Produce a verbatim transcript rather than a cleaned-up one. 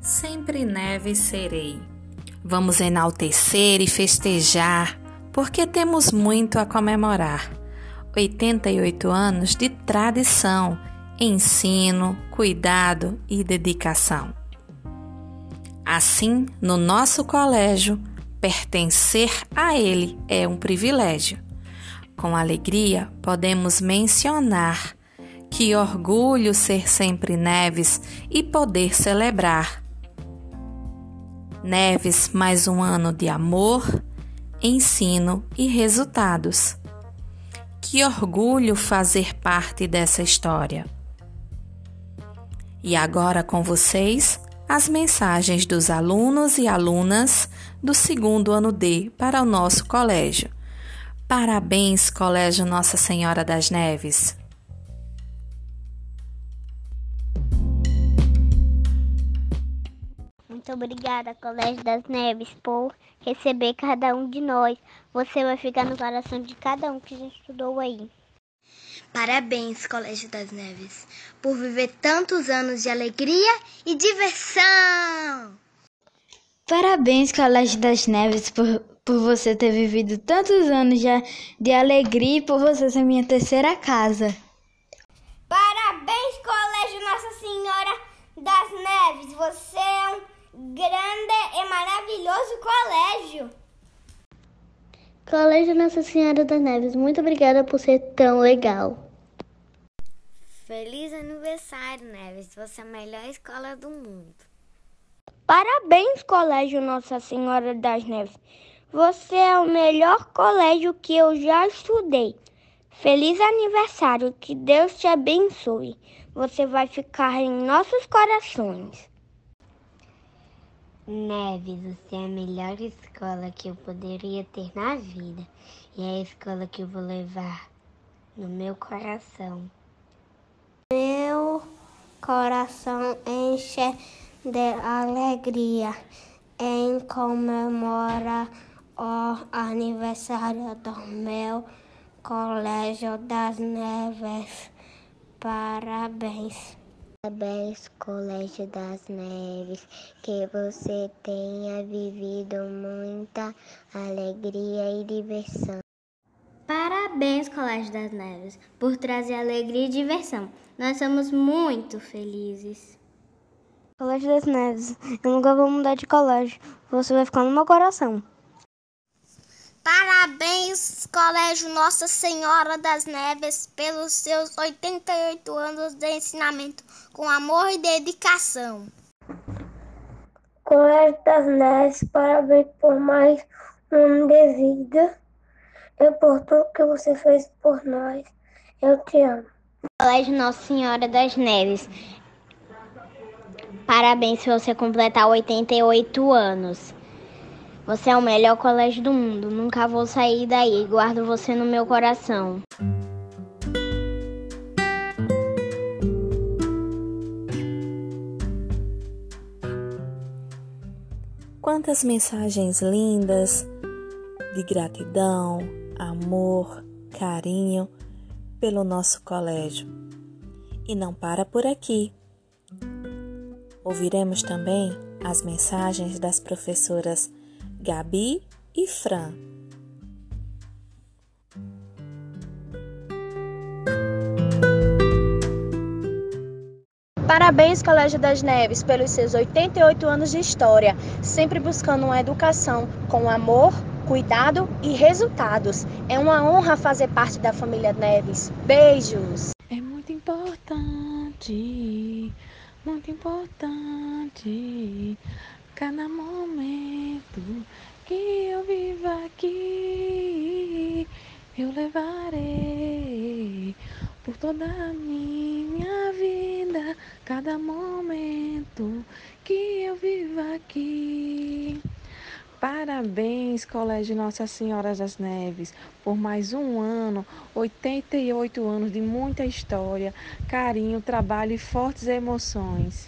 Sempre neve serei. Vamos enaltecer e festejar, porque temos muito a comemorar. oitenta e oito anos de tradição, ensino, cuidado e dedicação. Assim, no nosso colégio, pertencer a ele é um privilégio. Com alegria, podemos mencionar que orgulho ser sempre Neves e poder celebrar. Neves, mais um ano de amor, ensino e resultados. Que orgulho fazer parte dessa história. E agora com vocês, as mensagens dos alunos e alunas do segundo ano D para o nosso colégio. Parabéns, Colégio Nossa Senhora das Neves! Muito obrigada, Colégio das Neves, por receber cada um de nós. Você vai ficar no coração de cada um que já estudou aí. Parabéns, Colégio das Neves, por viver tantos anos de alegria e diversão! Parabéns, Colégio das Neves, por, por você ter vivido tantos anos já de alegria e por você ser minha terceira casa. Parabéns, Colégio Nossa Senhora das Neves, você é um grande e maravilhoso colégio. Colégio Nossa Senhora das Neves, muito obrigada por ser tão legal. Feliz aniversário, Neves, você é a melhor escola do mundo. Parabéns, Colégio Nossa Senhora das Neves, você é o melhor colégio que eu já estudei. Feliz aniversário, que Deus te abençoe. Você vai ficar em nossos corações. Neves, você é a melhor escola que eu poderia ter na vida. E é a escola que eu vou levar no meu coração. Meu coração enche de alegria em comemorar o aniversário do meu Colégio das Neves. Parabéns. Parabéns, Colégio das Neves, que você tenha vivido muita alegria e diversão. Parabéns, Colégio das Neves, por trazer alegria e diversão. Nós somos muito felizes. Colégio das Neves, eu nunca vou mudar de colégio, você vai ficar no meu coração. Parabéns, Colégio Nossa Senhora das Neves, pelos seus oitenta e oito anos de ensinamento com amor e dedicação. Colégio das Neves, parabéns por mais um ano de vida e por tudo que você fez por nós. Eu te amo. Colégio Nossa Senhora das Neves, parabéns se você completar oitenta e oito anos. Você é o melhor colégio do mundo. Nunca vou sair daí. Guardo você no meu coração. Quantas mensagens lindas de gratidão, amor, carinho pelo nosso colégio. E não para por aqui. Ouviremos também as mensagens das professoras Gabi e Fran. Parabéns, Colégio das Neves, pelos seus oitenta e oito anos de história, sempre buscando uma educação com amor, cuidado e resultados. É uma honra fazer parte da família Neves. Beijos! É muito importante, muito importante, cada momento que eu vivo aqui, eu levarei por toda a minha vida, cada momento que eu vivo aqui. Parabéns, Colégio Nossa Senhora das Neves, por mais um ano, oitenta e oito anos de muita história, carinho, trabalho e fortes emoções.